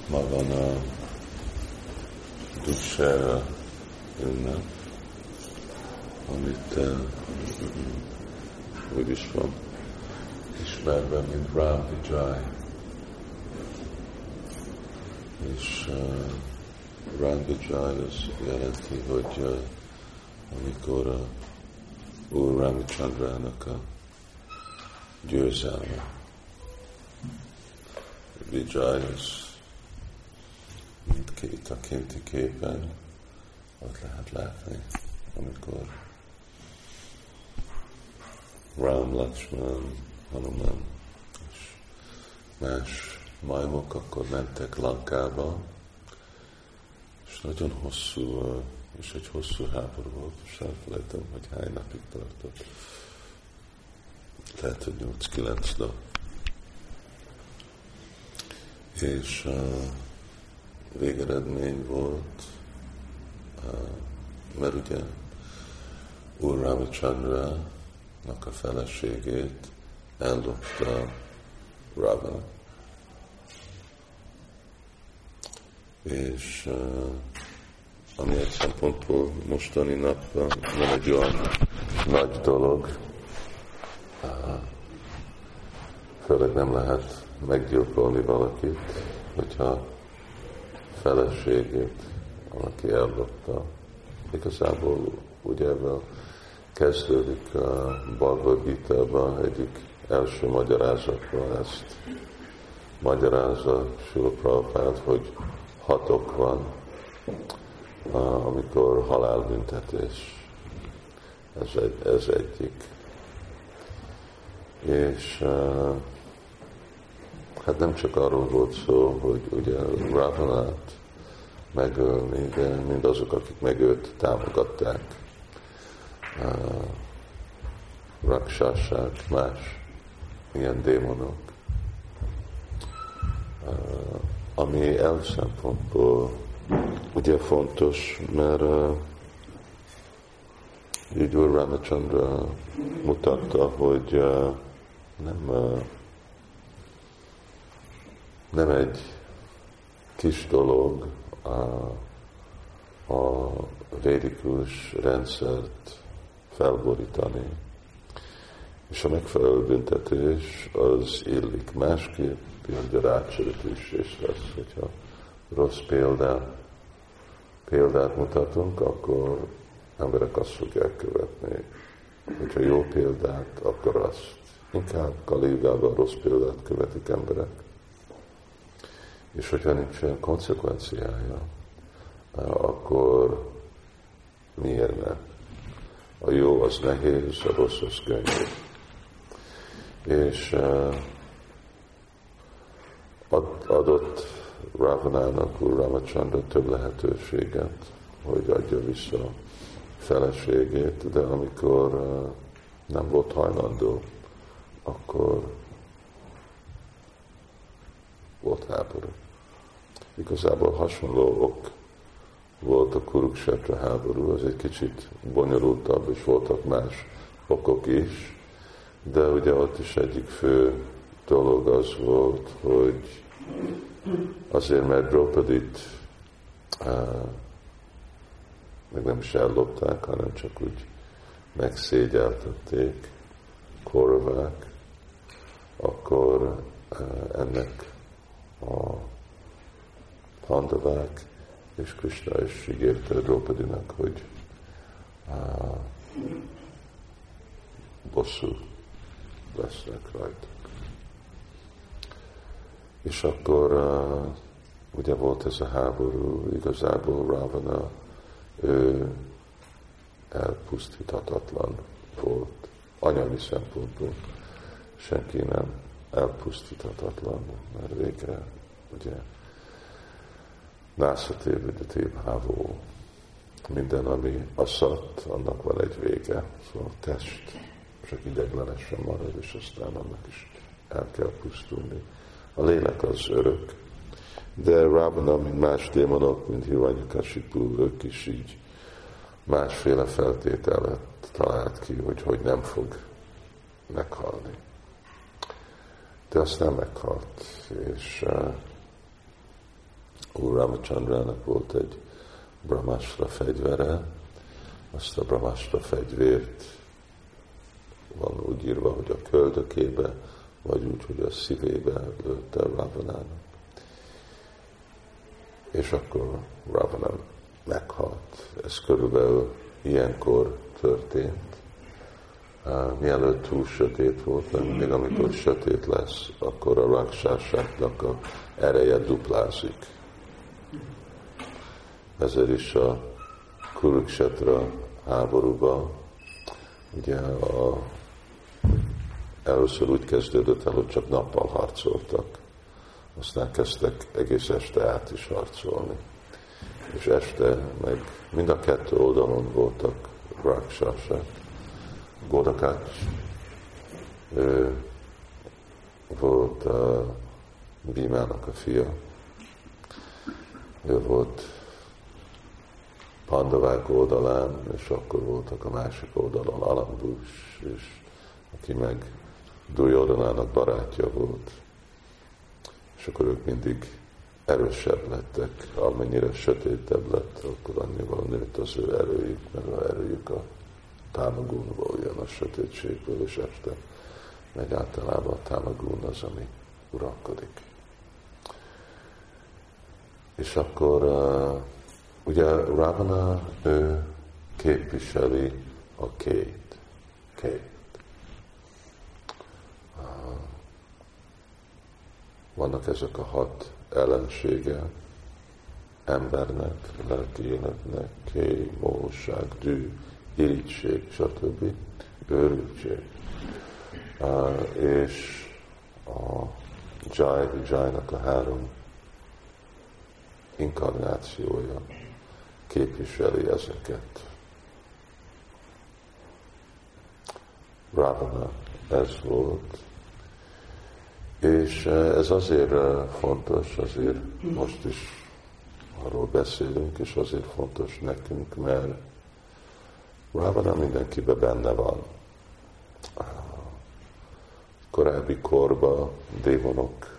Ma van a Dussehra ünnep, amit úgy is van ismerve, mint Ram Vijay. És Ram Vijay az jelenti, hogy amikor a Úr Ramachandrának a győzelme. Vijay az itt a kinti képen ott lehet látni, amikor Ram, Lakshman, Hanuman és más majmok akkor mentek Lankába, és nagyon hosszú, és egy hosszú háború volt, és elfelejtem, hogy hány napig tartott. Lehet, hogy 8-9 nap. És végeredmény volt, mert ugye Úr Ramachandrának a feleségét ellopta Ravana. És ami egy szempontból mostani napban nem egy olyan nagy dolog, főleg nem lehet meggyilkolni valakit, hogyha feleségét valaki ellopta. Igazából ugye ebben kezdődik a Bhagavad Gita-ban egyik első magyarázatban, ezt magyarázza Srila Prabhupád, hogy 6 ok van, amikor halálbüntetés. Ez egyik. És hát nem csak arról volt szó, hogy ugye Ravanát megölni, de mindazok, akik meg őt támogatták, raksássák, más ilyen démonok, ami szempontból ugye fontos, mert így Úr Ramachandra mutatta, hogy nem egy kis dolog a védikus rendszert felborítani. És a megfelelő büntetés az illik. Másképp a rácsörötés is lesz, hogyha rossz példát mutatunk, akkor emberek azt fogják követni. Hogyha jó példát, akkor azt. Inkább Kali-jugában rossz példát követik emberek. És hogyha nincsen konszekvenciája, akkor miért ne? A jó az nehéz, a rossz az könnyű. És adott Ravanának Úr Ramachandra több lehetőséget, hogy adja vissza a feleségét, de amikor nem volt hajlandó, akkor volt háború. Igazából hasonló ok volt a Kurukshetra háború, az egy kicsit bonyolultabb, és voltak más okok is, de ugye ott is egyik fő dolog az volt, hogy azért, mert Draupadit meg nem is ellopták, hanem csak úgy megszégyeltették Kauravák, akkor ennek a Pandavák és Krishna is ígérte Draupadinak, hogy bosszú lesznek rajta. És akkor ugye volt ez a háború, igazából Ravana, ő elpusztíthatatlan volt. Anyagi szempontból senki nem elpusztíthatatlan, mert végre ugye Nászatév, Vidatév, Hávó, minden, ami aszat, annak van egy vége. Szóval a test csak ideglenesen marad, és aztán annak is el kell pusztulni. A lélek az örök. De Ravana, mint más démonok, mint Hiranyakashipu, ők is így másféle feltételet talált ki, hogy nem fog meghalni. De aztán meghalt, és Úr Ramachandrának volt egy Brahmastra fegyvere, azt a Brahmastra fegyvért van úgy írva, hogy a köldökébe, vagy úgy, hogy a szívébe lőtte Ravanának. És akkor Ravana meghalt. Ez körülbelül ilyenkor történt. Mielőtt túl sötét volt, mert még amikor sötét lesz, akkor a raksásáknak a ereje duplázik. Ezért is a Kurukshetra háborúban ugye először úgy kezdődött el, hogy csak nappal harcoltak. Aztán kezdtek egész este át is harcolni. És este meg mind a kettő oldalon voltak rakshasák. Godakács volt Bhímának a fia. Ő volt Pandavák oldalán, és akkor voltak a másik oldalon Alambus, és aki meg Duryodanának barátja volt. És akkor ők mindig erősebb lettek, amennyire sötétebb lett, akkor annyival nőtt az ő erőjük, mert az erőjük a támagúnból jön, a sötétségből, és este megy általában a támagún az, ami uralkodik. És akkor ugye Ravana, ő képviseli a két. Vannak ezek a 6 ellensége embernek, lelki életnek, móság, dű, irigység, stb. Őrültség. És a Jai-nak a 3 inkarnációja képviseli ezeket. Ravana ez volt, és ez azért fontos, azért most is arról beszélünk, és azért fontos nekünk, mert Ravana mindenkiben benne van. Korábbi korban démonok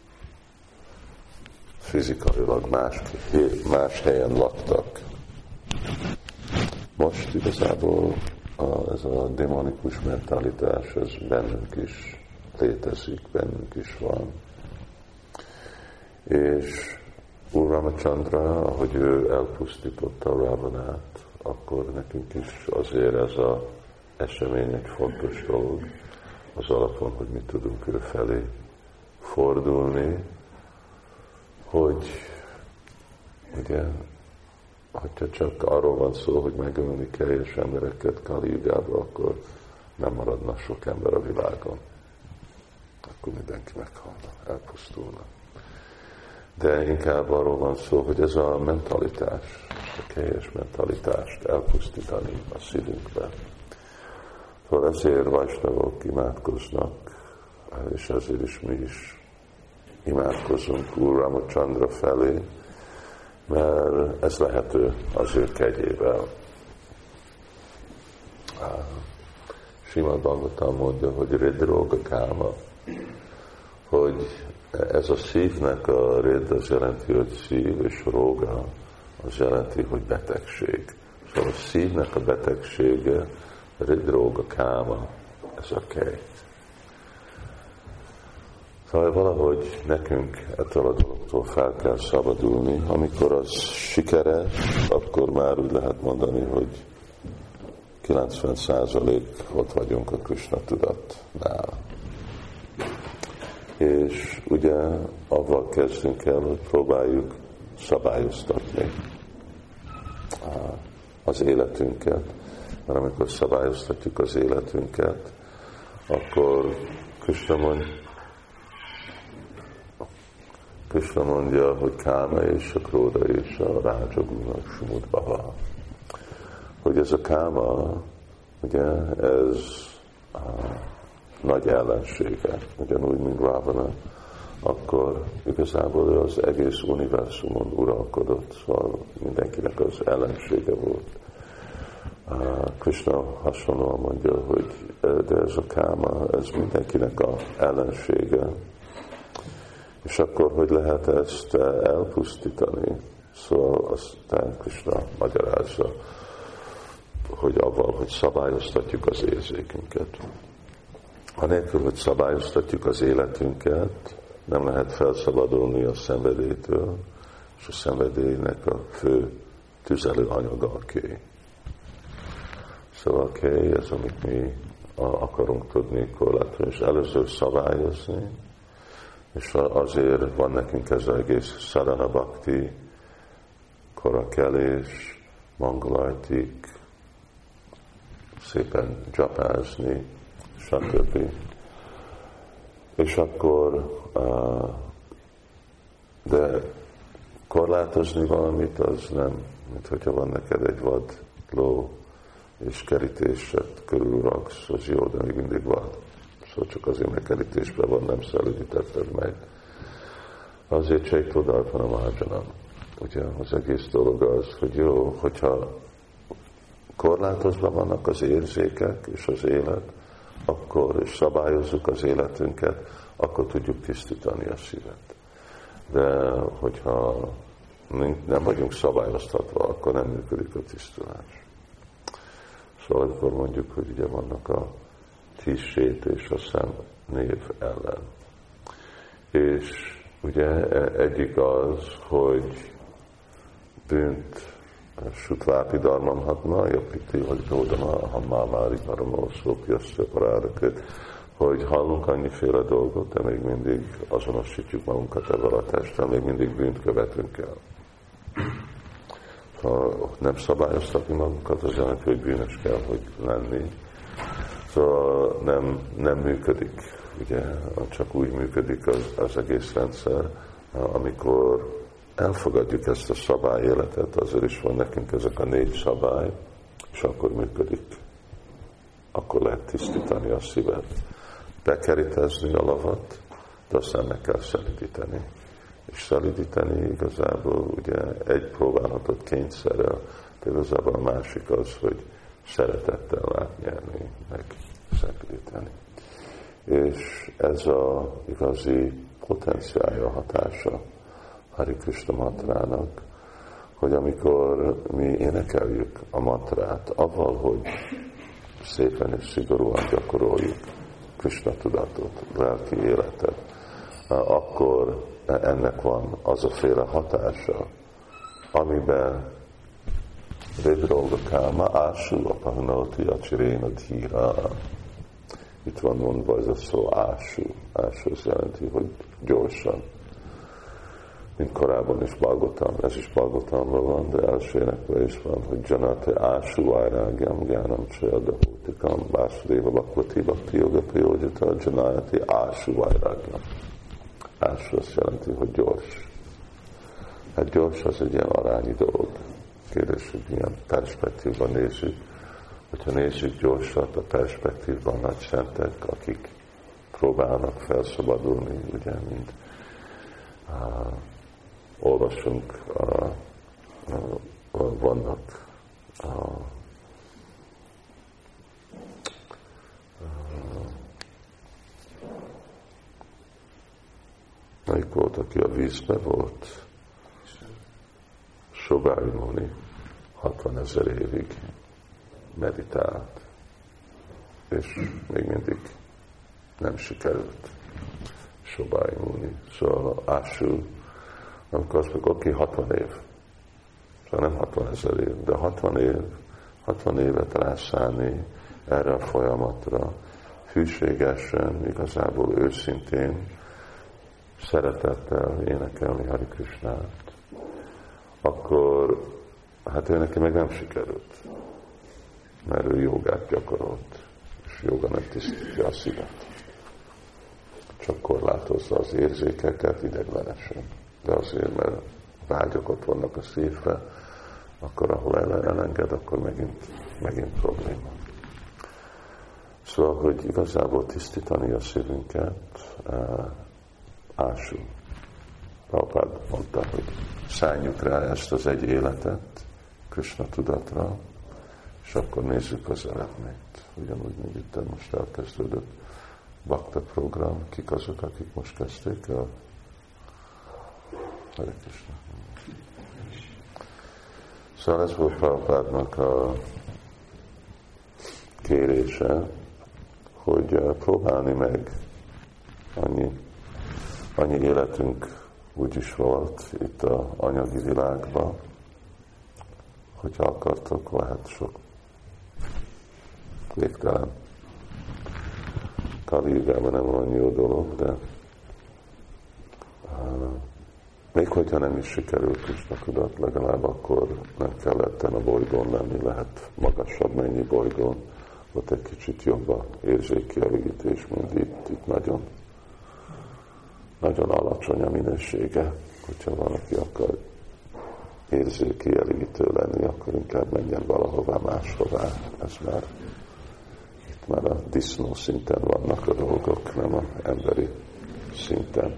fizikailag más helyen laktak. Most igazából ez a démonikus mentalitás, ez bennünk is létezik, bennünk is van. És Úr Ramachandra, ahogy ő elpusztította Ravanát, akkor nekünk is azért ez az esemény egy fontos dolog, az alapon, hogy mi tudunk ő felé fordulni, hogy ugye, hogyha csak arról van szó, hogy megölni teljes embereket Kali Jugában, akkor nem maradna sok ember a világon. Akkor mindenki meghalna, elpusztulna. De inkább arról van szó, hogy ez a mentalitás, a teljes mentalitást elpusztítani a szívünkbe. Szóval ezért Vajsnavok imádkoznak, és ezért is mi is imádkozunk Úr Ramachandra felé, mert ez lehető az ő kegyével. Srimad Bhagavatam mondja, hogy Ridroga Káma, hogy ez a szívnek a rid, az jelenti, hogy szív, és róga, az jelenti, hogy betegség. Szóval a szívnek a betegsége, Ridroga Káma, ez a kej. Szóval valahogy nekünk ettől a dologtól fel kell szabadulni. Amikor az sikeres, akkor már úgy lehet mondani, hogy 90% ott vagyunk a Krishna tudatnál. És ugye avval kezdünk el, hogy próbáljuk szabályoztatni az életünket. Mert amikor szabályoztatjuk az életünket, akkor Krishna mondja, hogy Káma és a Króda és a Rájaguna Sumudbhava. Hogy ez a Káma, ugye, ez nagy ellensége, ugyanúgy, mint Ravana, akkor igazából ő az egész univerzumon uralkodott, szóval mindenkinek az ellensége volt. Krishna hasonlóan mondja, hogy de ez a Káma, ez mindenkinek az ellensége, És akkor hogy lehet ezt elpusztítani? Szóval aztán Krishna magyarázza, hogy avval, hogy szabályoztatjuk az érzékünket. Anélkül, hogy szabályoztatjuk az életünket, nem lehet felszabadulni a szenvedélytől, és a szenvedélynek a fő tüzelő anyaga a kély. Szóval a kély, ez amit mi akarunk tudni korlátozni, és először szabályozni, és azért van nekünk ez az egész sadhana bhakti, korakelés, mangalajtik, szépen dzsapázni, stb. És akkor, de korlátozni valamit, az nem, mint hogyha van neked egy vad ló, és kerítéset körülraksz, az jó, de még mindig vad. Szóval csak azért, mert kerítésben van, nem szelidítetted meg. Azért Csaitodharpana Márjanam. Ugye az egész dolog az, hogy jó, hogyha korlátozva vannak az érzékek és az élet, akkor és szabályozzuk az életünket, akkor tudjuk tisztítani a szívet. De hogyha nem vagyunk szabályoztatva, akkor nem működik a tisztulás. Szóval akkor mondjuk, hogy ugye vannak a 10 sét és a szemnév ellen. És ugye egyik az, hogy bűnt sutvápi dharmam hatna, japiti vagy dódama, hammámári paramó szópjasztja paráraköt, hogy hallunk annyiféle dolgot, de még mindig azonosítjuk magunkat ebben a testtel, még mindig bűnt követünk el. Ha nem szabályoztatni magunkat, az jelenti, hogy bűnös kell, hogy lenni. Szóval nem működik, ugye, csak úgy működik az egész rendszer, amikor elfogadjuk ezt a szabályéletet, azért is van nekünk ezek a 4 szabály, és akkor működik. Akkor lehet tisztítani a szívet, bekerítezni a lavat, de aztán meg kell szelidíteni. És szelidíteni igazából ugye egy próbálhatod kényszerrel, de igazából a másik az, hogy szeretettel átnyerni, meg szelidíteni. És ez az igazi potenciálja, hatása Hari Krishna mantrának, hogy amikor mi énekeljük a mantrát, avval, hogy szépen és szigorúan gyakoroljuk Krishna tudatot, lelki életet, akkor ennek van az a féle hatása, amiben Vedroga Káma Ású Apahnoti Acsiréna Dhíra. Itt van mondva ez a szó Ású. Ású az jelenti, hogy gyorsan. Mint korábban is Bhagavatam, ez is Bhagavatamban van, de első énekben is van, hogy Janate Ású Vajrágyam Gyanam Csajadahótikam Vásudéva Bhakvati Bhakti Yoga Pajodjata Janayati Ású Vajrágyam. Ású azt jelenti, hogy gyors. Hát gyors az egy ilyen arányi dolog. Kérdés, hogy milyen perspektívban nézzük. Hogyha nézzük gyorsat, a perspektívban nagy szentek, akik próbálnak felszabadulni, ugye, mint olvasunk, vannak melyik volt, aki a vízbe volt? Sobály Muni 60 000 évig meditált, és még mindig nem sikerült Sobály Muni. Szóval Ású, amikor azt mondjuk, oké, 60 év. Szóval nem 60 000 év, de 60 évet rászállni erre a folyamatra, hűségesen, igazából őszintén, szeretettel énekelni Hari Krishnát, akkor hát ő neki meg nem sikerült, mert ő jogát gyakorolt, és joga nem tisztítja a szívet. Csak korlátozza az érzékeket ideglenesen. De azért, mert vágyak ott vannak a szívbe, akkor ahol elenged, akkor megint probléma. Szóval, hogy igazából tisztítani a szívünket, Ású. Prabhupád mondta, hogy szálljuk rá ezt az egy életet Krishna tudatra, és akkor nézzük az eredményt. Ugyanúgy, mint itt most elkezdődött Bhakta program, kik azok, akik most kezdték el Hare Krishna. Szóval ez volt Prabhupádnak a kérése, hogy próbálni meg, annyi életünk úgy is volt itt az anyagi világban, hogyha akartok, lehet sok végtelen. Kali-jugában nem olyan jó dolog, de még hogyha nem is sikerült Krishna tudat, legalább akkor nem kellett a bolygón lenni, lehet magasabb mennyi bolygón, ott egy kicsit jobb a érzékkielégítés, mint itt nagyon, nagyon alacsony a minősége. Hogyha valaki akar érzékkielégítő lenni, akkor inkább menjen valahová máshová. Ez már itt már a disznó szinten vannak a dolgok, nem az emberi szinten.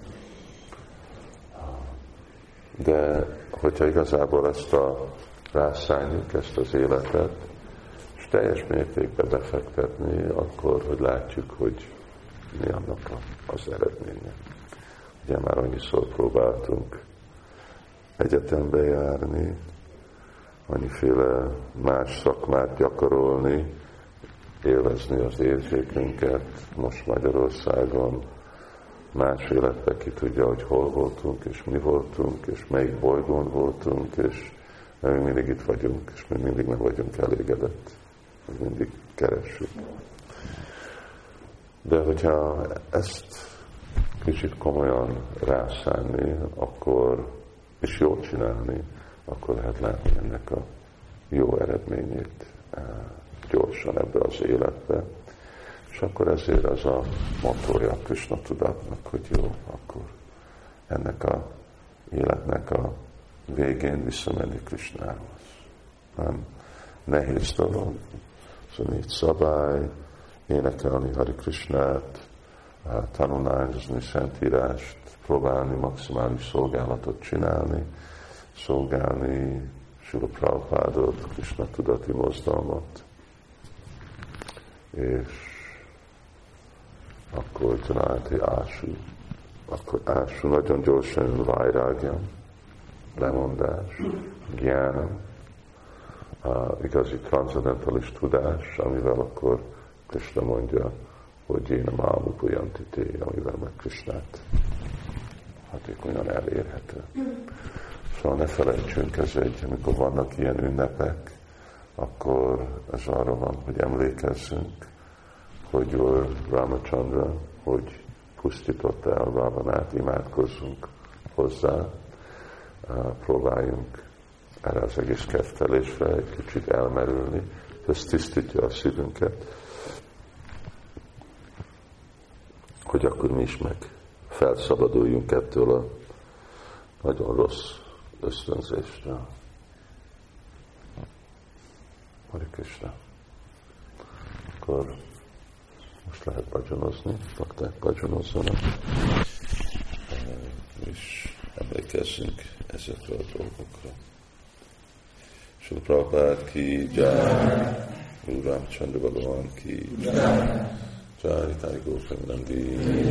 De hogyha igazából ezt rászálljuk, ezt az életet, és teljes mértékben befektetni, akkor, hogy látjuk, hogy mi annak az eredménye. Ugye már annyiszor próbáltunk egyetembe járni, annyiféle más szakmát gyakorolni, élvezni az érzékünket. Most Magyarországon más életben ki tudja, hogy hol voltunk, és mi voltunk, és melyik bolygón voltunk, és mi mindig itt vagyunk, és mi mindig nem vagyunk elégedett. Mindig keressük. De hogyha ezt kicsit komolyan rászánni, akkor, és jól csinálni, akkor lehet látni ennek a jó eredményét gyorsan ebbe az életbe. És akkor ezért az a motorja Krishna tudatnak, hogy jó, akkor ennek a életnek a végén visszamenni Krishnához. Nem nehéz dolog. Szóval 4 szabály, énekelni Hare Krishnát, tanulmányozni Szentírást, próbálni maximális szolgálatot csinálni, szolgálni Srila Prabhupádot, Krishna tudati mozdalmat, és akkor Janati Ásu, akkor Ásu nagyon gyorsan Vairágyam, lemondás, Gyánam, igazi transzendentális tudás, amivel akkor Krishna mondja, hogy én a mámu pujantité, amivel meg Krishnát hatékonyan elérhető. Szóval ne felejtsünk, amikor vannak ilyen ünnepek, akkor ez arra van, hogy emlékezzünk, hogy Úr Ramachandra, hogy pusztította el Ravanát, imádkozzunk hozzá, próbáljunk erre az egész kettelésre egy kicsit elmerülni, ez tisztítja a szívünket, hogy akkor mi is meg felszabaduljunk ettől a nagyon rossz ösztönzéstől. Hare Krishna. Akkor most lehet bhajanozni, bakták bhajanozzanak, és emlékezzünk ezekre a dolgokra. Srila Prabhupád ki jai, Úr Ramachandra Bhagavan ki jai, Jai Nitai Gopinandi.